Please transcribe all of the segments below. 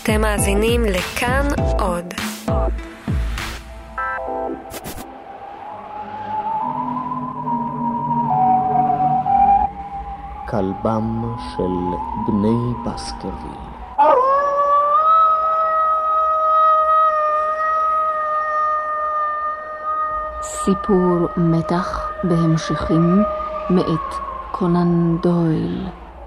אתם מאזינים לכאן עוד. כלבם של בני בסקרוויל. סיפור מתח בהמשכים מאת קונן דויל.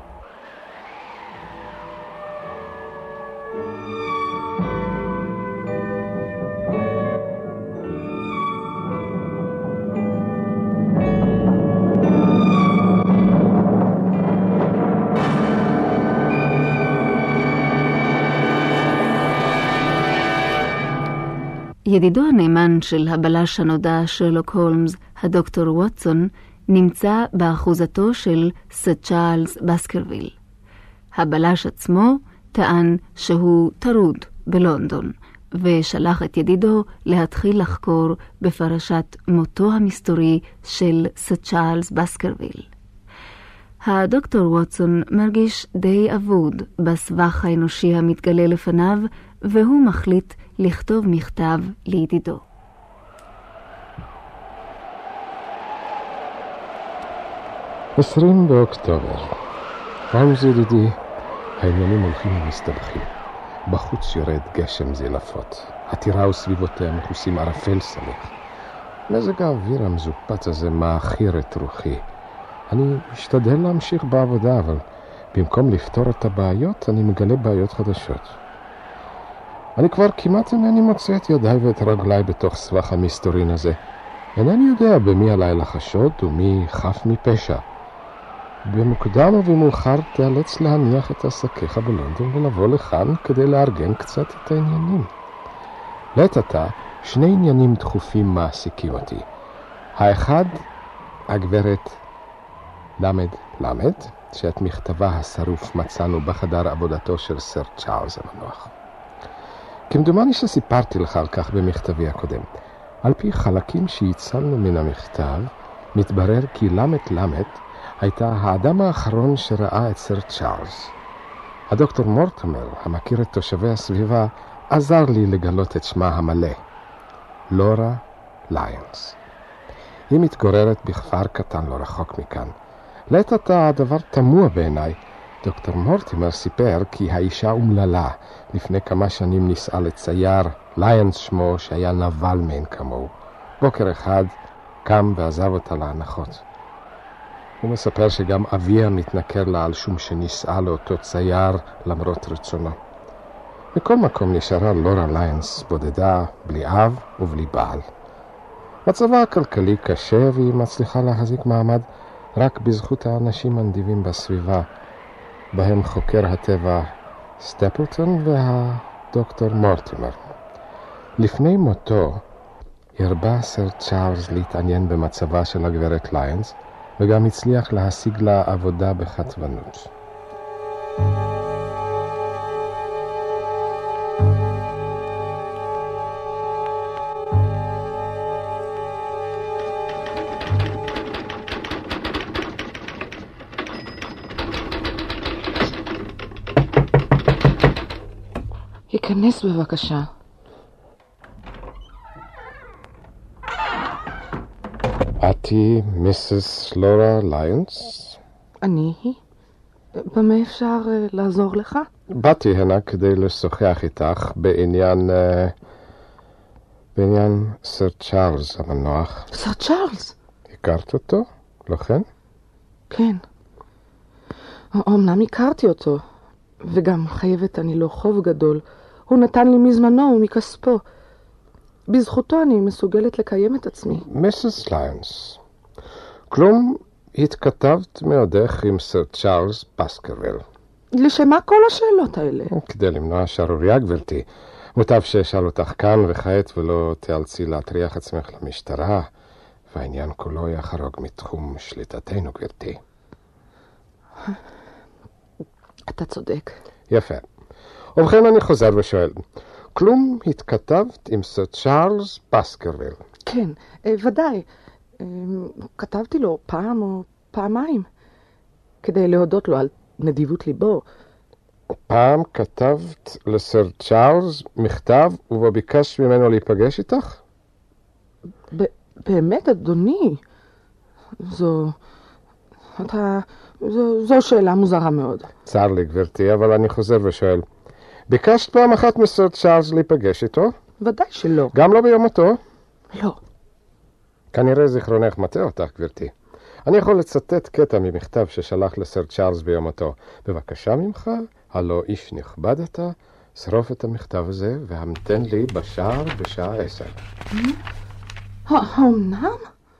ידידו הנאמן של הבלש הנודע שרלוק הולמס, הדוקטור ווטסון, נמצא באחוזתו של סר צ'ארלס בסקרוויל. הבלש עצמו טען שהוא טרוד בלונדון, ושלח את ידידו להתחיל לחקור בפרשת מותו המסתורי של סר צ'ארלס בסקרוויל. הדוקטור ווטסון מרגיש די אבוד בסבך האנושי המתגלה לפניו, והוא מחליט לכתוב מכתב לידידו. 20 באוקטובר. הולמס ידידי, העניינים הולכים ומסתבכים. בחוץ יורד גשם זלעפות. הטירה וסביבותיה מכוסים ערפל סמיך. מזג האוויר המזופץ הזה מעכיר את רוחי. אני משתדל להמשיך בעבודה, אבל במקום לפתור את הבעיות, אני מגלה בעיות חדשות. אני כבר כמעט אינני מוצא את ידיי ואת רגליי בתוך סבך המסתורין הזה. אינני יודע במי עליי לחשוד ומי חף מפשע. במוקדם ובמאוחר תיאלץ להניח את עסקיך בלונדון ולבוא לכאן כדי לארגן קצת את העניינים. לעת עתה, שני עניינים דחופים מעסיקים אותי. האחד, הגברת למד, שאת מכתבה השרוף מצאנו בחדר עבודתו של סר צ'ארלס המנוח. כמדומני שסיפרתי לך על כך במכתבי הקודם. על פי חלקים שהצלנו מן המכתב, מתברר כי למד הייתה האדם האחרון שראה את סר צ'ארלס. הדוקטור מורטימר, המכיר את תושבי הסביבה, עזר לי לגלות את שמה המלא. לורה ליונס. היא מתגוררת בכפר קטן לא רחוק מכאן. לעת עתה הדבר תמוה בעיניי. דוקטור מורטימר סיפר כי האישה אומללה. לפני כמה שנים נישאה לצייר, ליונס שמו, שהיה נבל מעין כמוהו. בוקר אחד קם ועזב אותה להנחות. הוא מספר שגם אביה מתנכר לה על שום שנישאה לאותו צייר למרות רצונו. בכל מקום נשארה לורה ליונס בודדה, בלי אב ובלי בעל. מצבה הכלכלי קשה והיא מצליחה להחזיק מעמד רק בזכות האנשים הנדיבים בסביבה, בהם חוקר הטבע סטפלטון והדוקטור מורטימר. לפני מותו הרבה סר צ'ארלס להתעניין במצבה של הגברת ליונס, וגם הצליח להשיג לה עבודה בחטבנות. היכנס בבקשה. אתי מיסס לורה ליונס? אני? במה אפשר לעזור לך? באתי הנה כדי לשוחח איתך בעניין סר צ'ארלס המנוח. סר צ'ארלס? הכרת אותו? לא כן? כן. אמנם הכרתי אותו, וגם חייבת אני לו חוב גדול. הוא נתן לי מזמנו ומכספו. בזכותו אני מסוגלת לקיים את עצמי. מיסס ליונס, כלום התכתבת מעודך עם סר צ'ארלס בסקרוויל? לשם מה כל השאלות האלה? כדי למנוע שערוריה, גברתי. מוטב שאשאל אותך כאן וכעת ולא תיאלצי להטריח עצמך למשטרה, והעניין כולו יחרוג מתחום שליטתנו, גברתי. אתה צודק. יפה. ובכן אני חוזר ושואל, כלום התכתבת עם סר צ'ארלס בסקרוויל? כן, ודאי. כתבתי לו פעם או פעמיים, כדי להודות לו על נדיבות ליבו. פעם כתבת לסר צ'ארלס מכתב ובו ביקשת ממנו להיפגש איתך? באמת, אדוני? זו שאלה מוזרה מאוד. צר לי, גברתי, אבל אני חוזר ושואל. ביקשת פעם אחת מסר צ'ארלס להיפגש איתו? ודאי שלא. גם לא ביום מותו? לא. כנראה זיכרונך מטעה אותך, גברתי. אני יכול לצטט קטע ממכתב ששלח לסר צ'ארלס ביום מותו. בבקשה ממך, הלא איש נכבד אתה, שרוף את המכתב הזה והמתן לי בשער בשעה 10. האומנם?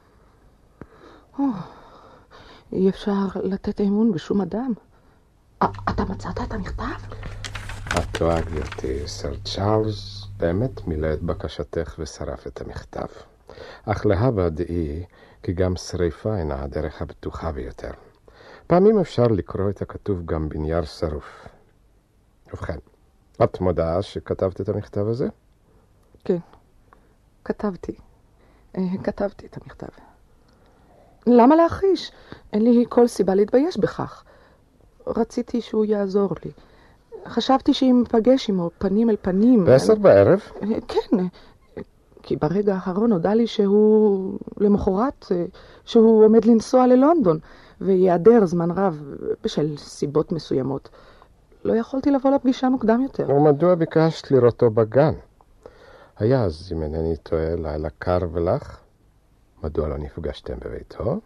אי אפשר לתת אמון בשום אדם. אתה מצאת את המכתב? את טועה, גברתי. סר צ'ארלס באמת מילא את בקשתך ושרף את המכתב. אך להבא דעי כי גם שריפה אינה הדרך הבטוחה ביותר. פעמים אפשר לקרוא את הכתוב גם בנייר שרוף. ובכן, את מודעה שכתבת את המכתב הזה? כן, כתבתי את המכתב. למה להחיש? אין לי כל סיבה להתבייש בכך. רציתי שהוא יעזור לי. חשבתי שאם פגש עמו פנים אל פנים... ב10 בערב? כן, כי ברגע האחרון נודע לי שהוא למחרת, שהוא עומד לנסוע ללונדון, ויעדר זמן רב בשל סיבות מסוימות. לא יכולתי לבוא לפגישה מוקדם יותר. ומדוע ביקשת לראותו בגן? היה אז, אם אינני טועה, לילה קר ולח? מדוע לא נפגשתם בביתו?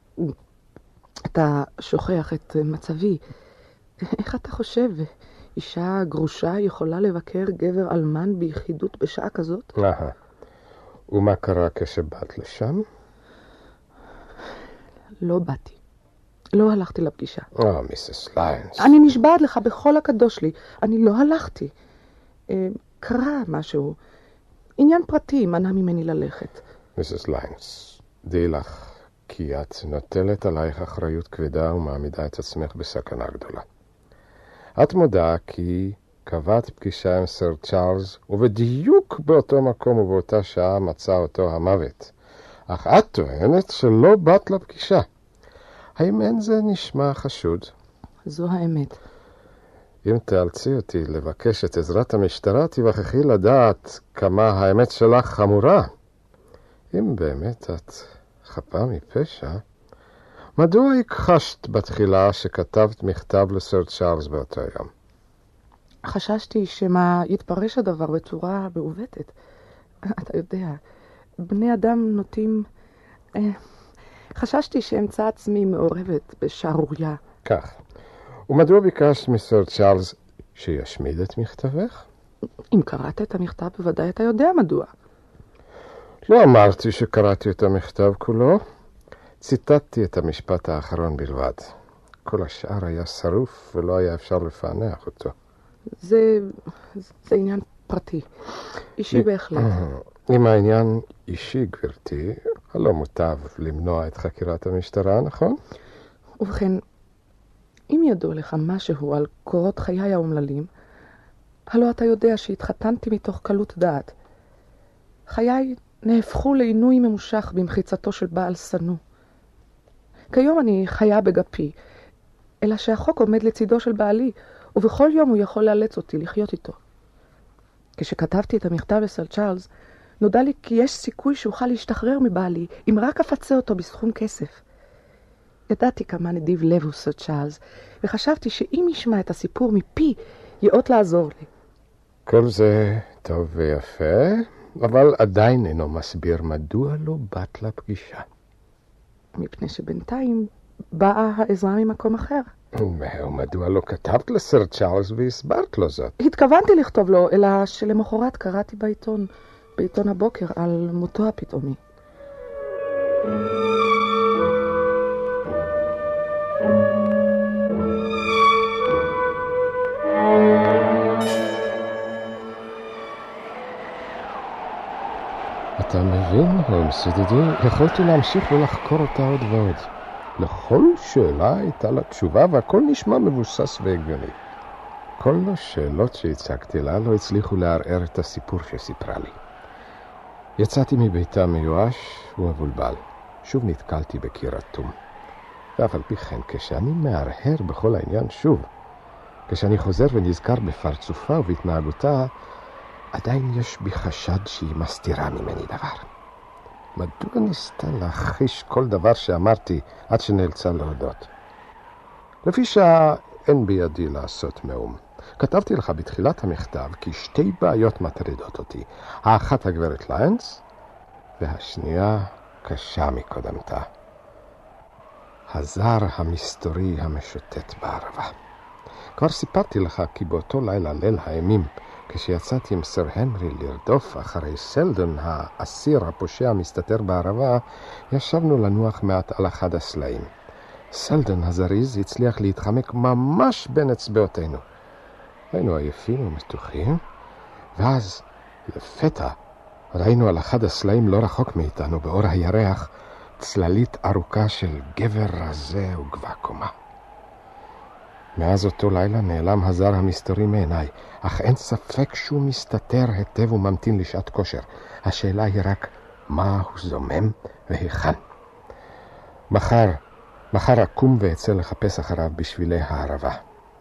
אתה שוכח את מצבי. איך אתה חושב? אישה גרושה יכולה לבקר גבר אלמן ביחידות בשעה כזאת? ומה קרה כשבאת לשם? לא באתי. לא הלכתי לפגישה. מיסס ליינס. אני נשבעת לך בכל הקדוש לי. אני לא הלכתי. קרה משהו. עניין פרטי מנע ממני ללכת. מיסס ליינס, דעי לך כי את נוטלת עלייך אחריות כבדה ומעמידה את עצמך בסכנה גדולה. את מודעה כי קבעת פגישה עם סר צ'ארלס, ובדיוק באותו מקום ובאותה שעה מצא אותו המוות. אך את טוענת שלא באת לפגישה. האם אין זה נשמע חשוד? זו האמת. אם תאלצי אותי לבקש את עזרת המשטרה, תיווכחי לדעת כמה האמת שלך חמורה. אם באמת את חפה מפשע, מדוע הכחשת בתחילה שכתבת מכתב לסר צ'ארלס באותו יום? חששתי שמה יתפרש הדבר בצורה מעוותת. אתה יודע, בני אדם נוטים... חששתי שאמצא עצמי מעורבת בשערוריה. כך. ומדוע ביקשת מסר צ'ארלס שישמיד את מכתבך? אם קראת את המכתב, בוודאי אתה יודע מדוע. לא אמרתי שקראתי את המכתב כולו. ציטטתי את המשפט האחרון בלבד. כל השאר היה שרוף ולא היה אפשר לפענח אותו. זה עניין פרטי. אישי בהחלט. אם העניין אישי, גברתי, הלא מוטב למנוע את חקירת המשטרה, נכון? ובכן, אם ידוע לך משהו על קורות חיי האומללים, הלא אתה יודע שהתחתנתי מתוך קלות דעת. חיי נהפכו לעינוי ממושך במחיצתו של בעל סנו. כיום אני חיה בגפי, אלא שהחוק עומד לצידו של בעלי, ובכל יום הוא יכול לאלץ אותי לחיות איתו. כשכתבתי את המכתב לסר צ'ארלס, נודע לי כי יש סיכוי שאוכל להשתחרר מבעלי, אם רק אפצה אותו בסכום כסף. ידעתי כמה נדיב לב הוא סר צ'ארלס, וחשבתי שאם ישמע את הסיפור מפי, יאות לעזור לי. כל זה טוב ויפה, אבל עדיין אינו מסביר מדוע לא באת לפגישה. מפני שבינתיים באה העזרה ממקום אחר. ומדוע לא כתבת לסר צ'ארלס והסברת לו זאת? התכוונתי לכתוב לו, אלא שלמחרת קראתי בעיתון הבוקר על מותו הפתאומי. אתה מבין, הולמס ידידי, יכולתי להמשיך ולחקור אותה עוד ועוד. לכל שאלה הייתה לה תשובה והכל נשמע מבוסס והגיוני. כל השאלות שהצגתי לה לא הצליחו לערער את הסיפור שסיפרה לי. יצאתי מביתה מיואש ומבולבל. שוב נתקלתי בקיר אטום. ואף על פי כן, כשאני מהרהר בכל העניין שוב, כשאני חוזר ונזכר בפרצופה ובהתנהגותה, עדיין יש בי חשד שהיא מסתירה ממני דבר. מדוע ניסתה להכחיש כל דבר שאמרתי עד שנאלצה להודות? לפי שעה אין בידי לעשות מאום. כתבתי לך בתחילת המכתב כי שתי בעיות מטרידות אותי. האחת הגברת ליינס, והשנייה קשה מקודמתה. הזר המסתורי המשוטט בערבה. כבר סיפרתי לך כי באותו לילה ליל האימים, כשיצאתי עם סר הנרי לרדוף אחרי סלדון, האסיר הפושע המסתתר בערבה, ישבנו לנוח מעט על אחד הסלעים. סלדון הזריז הצליח להתחמק ממש בין אצבעותינו. היינו עייפים ומתוחים, ואז לפתע ראינו על אחד הסלעים לא רחוק מאיתנו באור הירח צללית ארוכה של גבר רזה וגבוה קומה. מאז אותו לילה נעלם הזר המסתורי מעיניי, אך אין ספק שהוא מסתתר היטב וממתין לשעת כושר. השאלה היא רק מה הוא זומם והיכן. מחר אקום ואצא לחפש אחריו בשבילי הערבה.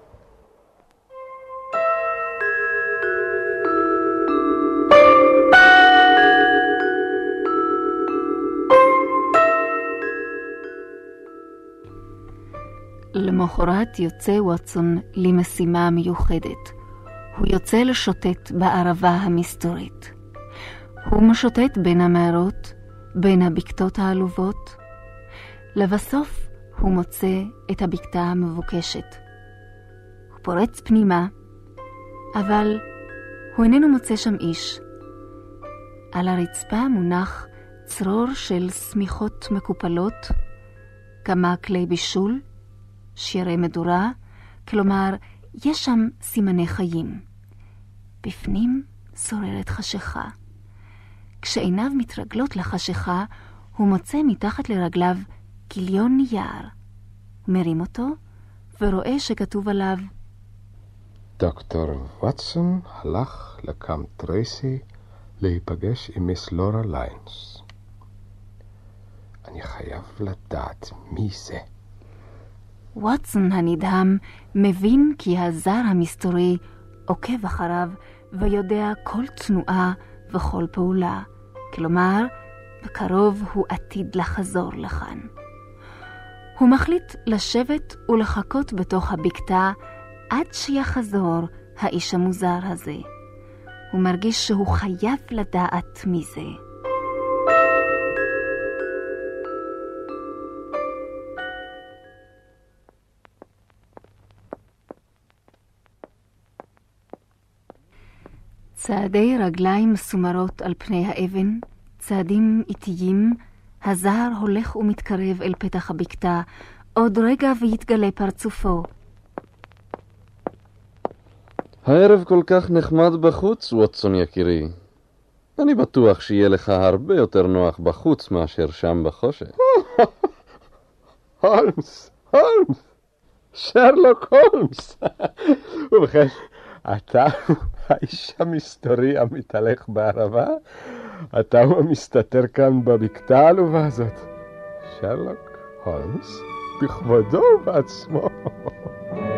למחרת יוצא ווטסון למשימה מיוחדת. הוא יוצא לשוטט בערבה המסתורית. הוא משוטט בין המערות, בין הבקתות העלובות. לבסוף הוא מוצא את הבקתה המבוקשת. הוא פורץ פנימה, אבל הוא איננו מוצא שם איש. על הרצפה מונח צרור של סמיכות מקופלות, כמה כלי בישול, שירי מדורה, כלומר, יש שם סימני חיים. בפנים שוררת חשיכה. כשעיניו מתרגלות לחשיכה, הוא מוצא מתחת לרגליו גיליון נייר. הוא מרים אותו ורואה שכתוב עליו: דוקטור ווטסון הלך לקאמפ טרייסי להיפגש עם מיס לורה ליינס. אני חייב לדעת מי זה. ווטסון הנדהם מבין כי הזר המסתורי עוקב אחריו ויודע כל תנועה וכל פעולה. כלומר, בקרוב הוא עתיד לחזור לכאן. הוא מחליט לשבת ולחכות בתוך הבקתה עד שיחזור האיש המוזר הזה. הוא מרגיש שהוא חייב לדעת מי זה. צעדי רגליים מסומרות על פני האבן, צעדים איטיים, הזר הולך ומתקרב אל פתח הבקתה, עוד רגע ויתגלה פרצופו. הערב כל כך נחמד בחוץ, ווטסון יקירי. אני בטוח שיהיה לך הרבה יותר נוח בחוץ מאשר שם בחושך. הולמס, שרלוק הולמס. ובכן, אתה האיש המסתורי המתהלך בערבה? אתה הוא המסתתר כאן בבקתה העלובה הזאת. שרלוק הולמס, בכבודו ובעצמו.